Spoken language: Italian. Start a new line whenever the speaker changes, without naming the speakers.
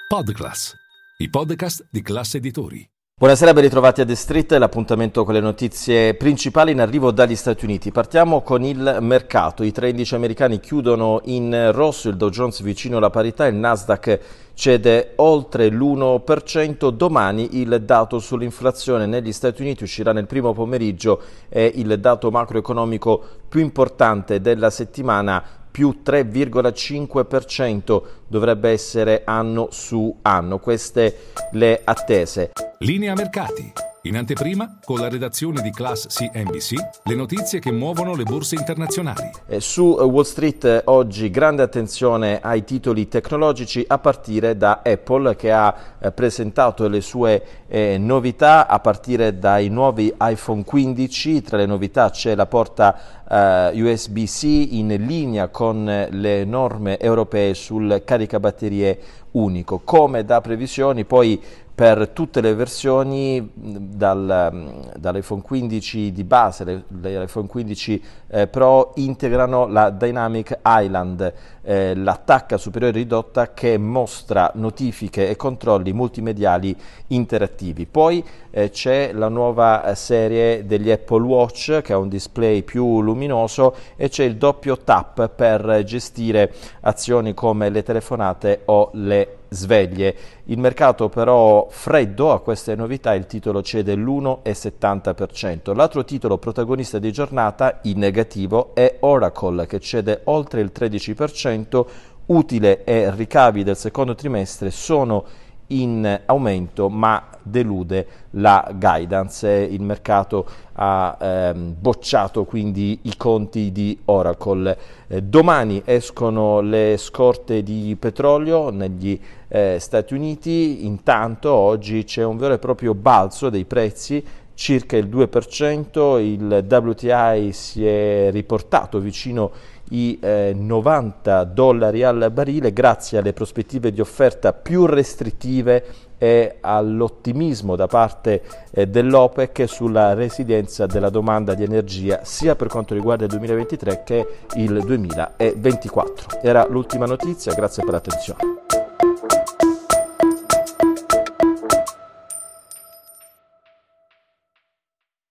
Podclass, i podcast di Class Editori.
Buonasera, ben ritrovati a The Street, l'appuntamento con le notizie principali in arrivo dagli Stati Uniti. Partiamo con il mercato. I tre indici americani chiudono in rosso, il Dow Jones vicino alla parità, il Nasdaq cede oltre l'1%. Domani il dato sull'inflazione negli Stati Uniti uscirà nel primo pomeriggio, è il dato macroeconomico più importante della settimana, più 3,5% dovrebbe essere anno su anno. Queste le attese.
Linea mercati. In anteprima, con la redazione di Class CNBC, le notizie che muovono le borse internazionali.
Su Wall Street oggi grande attenzione ai titoli tecnologici, a partire da Apple, che ha presentato le sue novità, a partire dai nuovi iPhone 15. Tra le novità c'è la porta USB-C in linea con le norme europee sul caricabatterie unico. Come da previsioni, poi per tutte le versioni, dall'iPhone 15 di base, l'iPhone 15 Pro, integrano la Dynamic Island, l'attacca superiore ridotta che mostra notifiche e controlli multimediali interattivi. Poi c'è la nuova serie degli Apple Watch, che ha un display più luminoso, e c'è il doppio tap per gestire azioni come le telefonate o le sveglie. Il mercato però freddo a queste novità, il titolo cede l'1,70%. L'altro titolo protagonista di giornata in negativo è Oracle, che cede oltre il 13%, utile e ricavi del secondo trimestre sono in aumento, ma delude la guidance. Il mercato ha bocciato quindi i conti di Oracle. Domani escono le scorte di petrolio negli Stati Uniti. Intanto oggi c'è un vero e proprio balzo dei prezzi, circa il 2%, il WTI si è riportato vicino i $90 al barile grazie alle prospettive di offerta più restrittive e all'ottimismo da parte dell'OPEC sulla resilienza della domanda di energia sia per quanto riguarda il 2023 che il 2024. Era l'ultima notizia, grazie per l'attenzione.